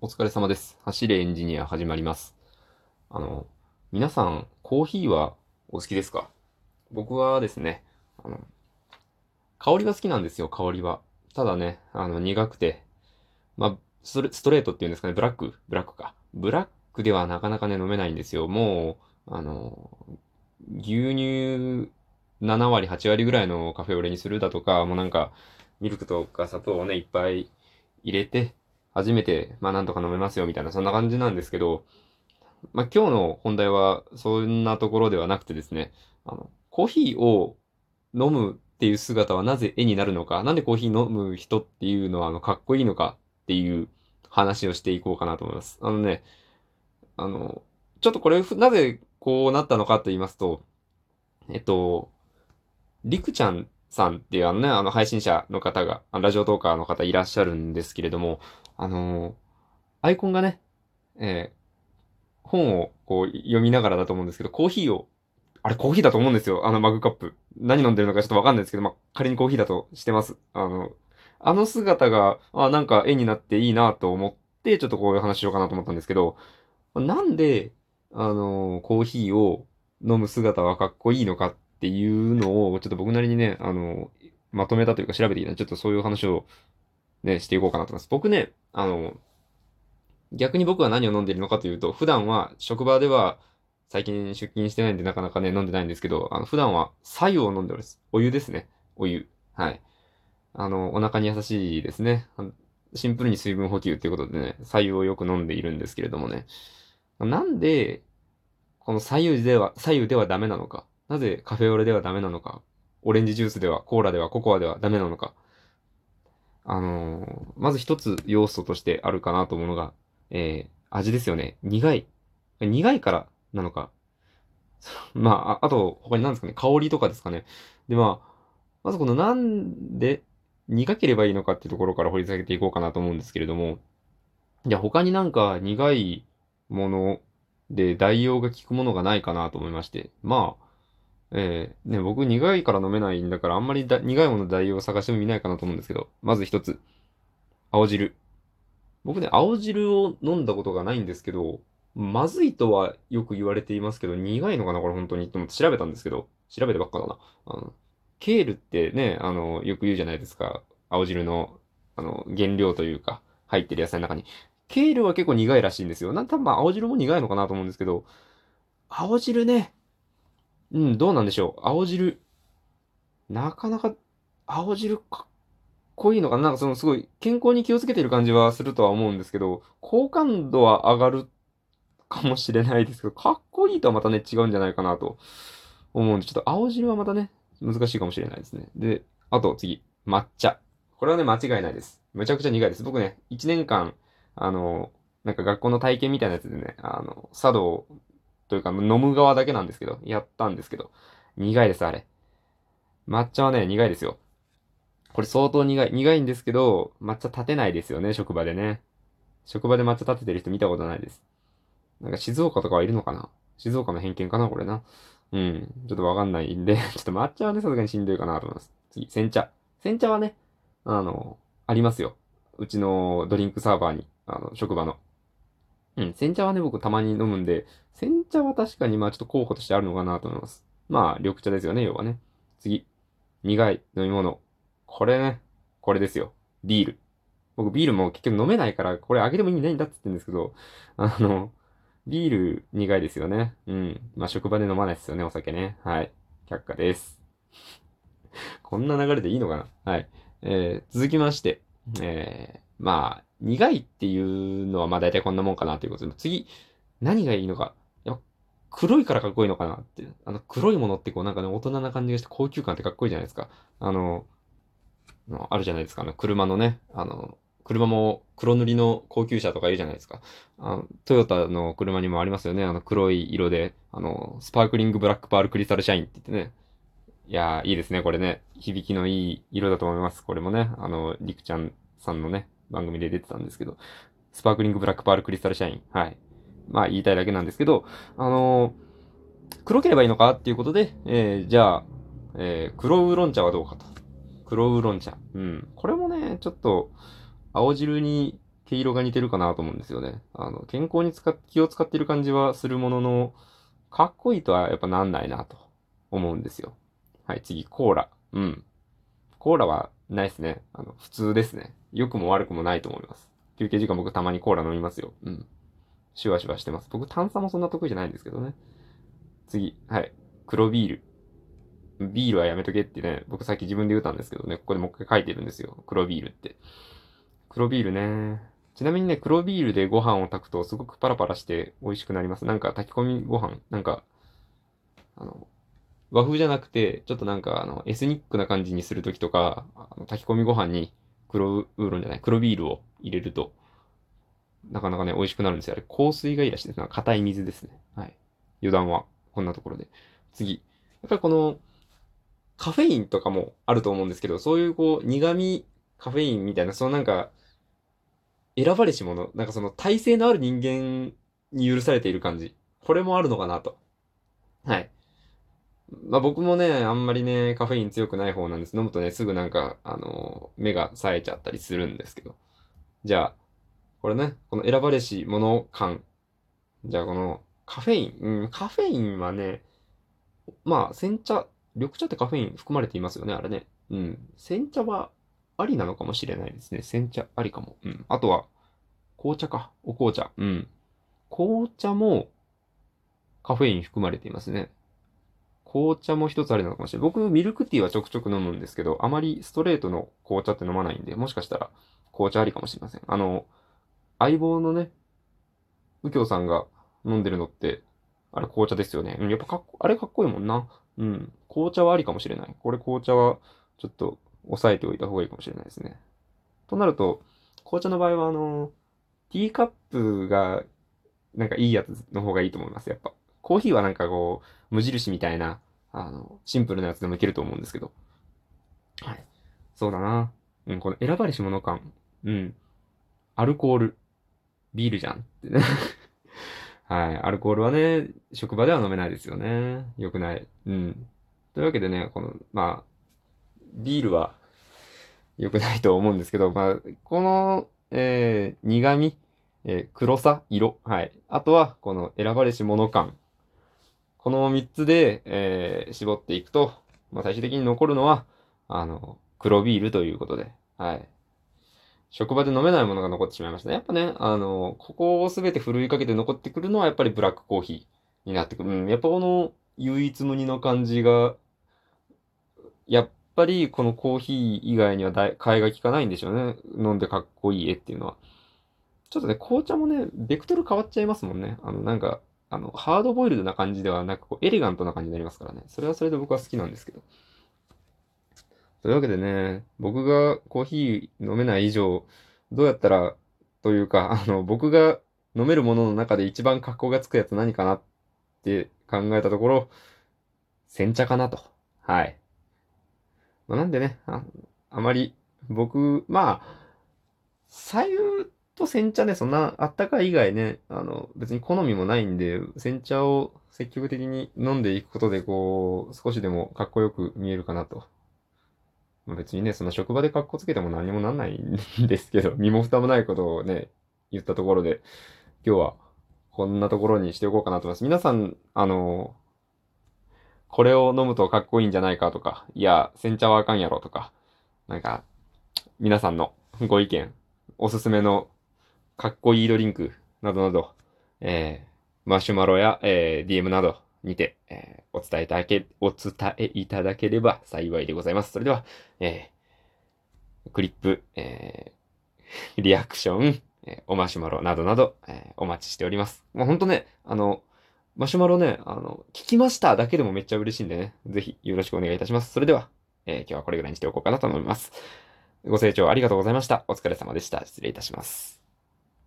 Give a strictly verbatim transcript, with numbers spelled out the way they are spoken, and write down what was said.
お疲れ様です。走れエンジニア始まります。あの、皆さん、コーヒーはお好きですか？僕はですね、あの、香りは好きなんですよ、香りは。ただね、あの、苦くて、まあ、ストレ、ストレートっていうんですかね、ブラック、ブラックか。ブラックではなかなかね、飲めないんですよ。もう、あの、牛乳なな割、はち割ぐらいのカフェオレにするだとか、もうなんか、ミルクとか砂糖をね、いっぱい入れて、初めて、まあなんとか飲めますよ、みたいな、そんな感じなんですけど、まあ、今日の本題はそんなところではなくてですね、あの、コーヒーを飲むっていう姿はなぜ絵になるのか、なんでコーヒー飲む人っていうのはあのかっこいいのかっていう話をしていこうかなと思います。あのね、あの、ちょっとこれなぜこうなったのかと言いますと、えっと、りくちゃんさんっていうあのね、あの配信者の方が、あのラジオトーカーの方いらっしゃるんですけれども、あの、アイコンがね、えー本をこう読みながらだと思うんですけど、コーヒーを、あれコーヒーだと思うんですよ。あのマグカップ。何飲んでるのかちょっとわかんないですけど、まあ、仮にコーヒーだとしてます。あの、あの姿が、あ、なんか絵になっていいなと思って、ちょっとこういう話しようかなと思ったんですけど、なんで、あの、コーヒーを飲む姿はかっこいいのかっていうのを、ちょっと僕なりにね、あの、まとめたというか調べてきたちょっとそういう話をね、していこうかなと思います。僕ね、あの、逆に僕は何を飲んでいるのかというと、普段は職場では最近出勤してないんでなかなかね、飲んでないんですけど、あの、普段は白湯を飲んでおります。お湯ですね。お湯。はい。あの、お腹に優しいですね。あのシンプルに水分補給っていうことでね、白湯をよく飲んでいるんですけれどもね。なんで、この左右では、左右ではダメなのか。なぜカフェオレではダメなのか。オレンジジュースでは、コーラでは、ココアではダメなのか。あのーまず一つ要素としてあるかなと思うのが、えー、味ですよね。苦い。苦いからなのか。まあ、あ、あと、他に何ですかね。香りとかですかね。で、まあ、まずこのなんで苦ければいいのかっていうところから掘り下げていこうかなと思うんですけれども、じゃあ他になんか苦いもので代用が効くものがないかなと思いまして。まあ、えー、ね、僕苦いから飲めないんだからあんまりだ苦いもので代用を探しても見ないかなと思うんですけど、まず一つ、青汁。僕ね、青汁を飲んだことがないんですけど、まずいとはよく言われていますけど、苦いのかなこれ本当にと思って調べたんですけど、調べてばっかだな。あの、ケールってね、あの、よく言うじゃないですか。青汁の、あの、原料というか、入ってる野菜の中に。ケールは結構苦いらしいんですよ。なん、多分まあ青汁も苦いのかなと思うんですけど、青汁ね、うん、どうなんでしょう。青汁、なかなか、青汁かっこいいのかななんかそのすごい健康に気をつけてる感じはするとは思うんですけど、好感度は上がるかもしれないですけど、かっこいいとはまたね、違うんじゃないかなと思うんで、ちょっと青汁はまたね、難しいかもしれないですね。で、あと次、抹茶。これはね、間違いないです。むちゃくちゃ苦いです。僕ね、いちねんかん、あの、なんか学校の体験みたいなやつでね、あの、茶道というか飲む側だけなんですけど、やったんですけど、苦いです、あれ。抹茶はね、苦いですよ。これ相当苦い。苦いんですけど、抹茶立てないですよね、職場でね。職場で抹茶立ててる人見たことないです。なんか静岡とかはいるのかな。静岡の偏見かなこれな。うん。ちょっとわかんないんでちょっと抹茶はね、さすがにしんどいかなと思います。次、煎茶。煎茶はね、あの、ありますよ。うちのドリンクサーバーに、あの、職場の。うん、煎茶はね、僕たまに飲むんで、煎茶は確かにまあちょっと候補としてあるのかなと思います。まあ、緑茶ですよね、要はね。次、苦い飲み物。これね、これですよ。ビール。僕ビールも結局飲めないから、これあげても意味ないんだって言ってるんですけど、あの、ビール苦いですよね。うん。まあ、職場で飲まないですよね、お酒ね。はい。却下です。こんな流れでいいのかなはい。えー、続きまして、えー、まあ、苦いっていうのはまあ大体こんなもんかなということで、次、何がいいのか。やっぱ黒いからかっこいいのかなって。あの、黒いものってこうなんかね、大人な感じがして高級感ってかっこいいじゃないですか。あの、のあるじゃないですか。あの、車のね、あの、車も黒塗りの高級車とかいるじゃないですか。あの、トヨタの車にもありますよね。あの、黒い色で、あの、スパークリングブラックパールクリスタルシャインって言ってね。いやー、いいですね。これね。響きのいい色だと思います。これもね、あの、りくちゃんさんのね、番組で出てたんですけど、スパークリングブラックパールクリスタルシャイン。はい。まあ、言いたいだけなんですけど、あのー黒ければいいのかっていうことで、えー、じゃあ、えー、黒ウーロン茶はどうかと。黒ウーロン茶。うん。これもね、ちょっと、青汁に毛色が似てるかなと思うんですよね。あの、健康に使っ、気を使ってる感じはするものの、かっこいいとはやっぱなんないなと思うんですよ。はい、次、コーラ。うん。コーラはないですね。あの、普通ですね。良くも悪くもないと思います。休憩時間僕たまにコーラ飲みますよ。うん。シュワシュワしてます。僕炭酸もそんな得意じゃないんですけどね。次、はい。黒ビール。ビールはやめとけってね、僕さっき自分で言ったんですけどね、ここでもう一回書いてるんですよ。黒ビールって。黒ビールね。ちなみにね、黒ビールでご飯を炊くとすごくパラパラして美味しくなります。なんか炊き込みご飯、なんか、あの、和風じゃなくて、ちょっとなんかあの、エスニックな感じにするときとか、あの炊き込みご飯に黒ウーロンじゃない、黒ビールを入れると、なかなかね、美味しくなるんですよ。あれ、香水がいいらしいです。なんか硬い水ですね。はい。余談は、こんなところで。次。やっぱりこの、カフェインとかもあると思うんですけど、そういうこう、苦味、カフェインみたいな、そのなんか、選ばれし者、なんかその耐性のある人間に許されている感じ。これもあるのかなと。はい。まあ僕もね、あんまりね、カフェイン強くない方なんです。飲むとね、すぐなんか、あの、目が冴えちゃったりするんですけど。じゃあ、これね、この選ばれし者感。じゃあこのカフェイン。うん、カフェインはね、まあ、煎茶、緑茶ってカフェイン含まれていますよね、あれね。うん。煎茶はありなのかもしれないですね。煎茶ありかも。うん。あとは、紅茶か。お紅茶。うん。紅茶もカフェイン含まれていますね。紅茶も一つありなのかもしれない。僕、ミルクティーはちょくちょく飲むんですけど、あまりストレートの紅茶って飲まないんで、もしかしたら紅茶ありかもしれません。あの、相棒のね、右京さんが飲んでるのって、あれ紅茶ですよね。うん、やっぱかっこ、あれかっこいいもんな。うん。紅茶はありかもしれない。これ紅茶はちょっと抑えておいた方がいいかもしれないですね。となると、紅茶の場合はあの、ティーカップがなんかいいやつの方がいいと思います。やっぱ。コーヒーはなんかこう、無印みたいな、あの、シンプルなやつでもいけると思うんですけど。はい。そうだな。うん、この選ばれし者感。うん。アルコール。ビールじゃんってね。はい。アルコールはね、職場では飲めないですよね。良くない。うん。というわけでね、この、まあ、ビールは良くないと思うんですけど、まあ、この、えー苦味、えー黒さ、色。はい。あとは、この選ばれし者感。このみっつで、えー絞っていくと、まあ、最終的に残るのは、あの、黒ビールということで。はい。職場で飲めないものが残ってしまいましたね。やっぱね、あの、ここをすべてふるいかけて残ってくるのはやっぱりブラックコーヒーになってくる。うん、やっぱこの唯一無二の感じが、やっぱりこのコーヒー以外にはだい替えが利かないんでしょうね。飲んでかっこいい絵っていうのは。ちょっとね、紅茶もね、ベクトル変わっちゃいますもんね。あの、なんか、あの、ハードボイルドな感じではなく、こうエレガントな感じになりますからね。それはそれで僕は好きなんですけど。というわけでね、僕がコーヒー飲めない以上、どうやったら、というか、あの、僕が飲めるものの中で一番格好がつくやつ何かなって考えたところ、煎茶かなと。はい。まあ、なんでね、あ、あまり僕、まあ、白湯と煎茶ね、そんなあったかい以外ね、あの、別に好みもないんで、煎茶を積極的に飲んでいくことで、こう、少しでもかっこよく見えるかなと。まあ別にね、その職場で格好つけても何にもなんないんですけど、身も蓋もないことをね、言ったところで、今日はこんなところにしておこうかなと思います。皆さん、あの、これを飲むとかっこいいんじゃないかとか、いや、煎茶はあかんやろとか、なんか、皆さんのご意見、おすすめのかっこいいドリンクなどなど、えー、マシュマロや、えー、ディーエム などにて、えーお伝えいただけ、お伝えいただければ幸いでございます。それでは、えー、クリップ、えー、リアクション、えーおマシュマロなどなど、えーお待ちしております。もうほんとね、あの、マシュマロね、あの、聞きましただけでもめっちゃ嬉しいんでね、ぜひよろしくお願いいたします。それでは、えー今日はこれぐらいにしておこうかなと思います。ご清聴ありがとうございました。お疲れ様でした。失礼いたします。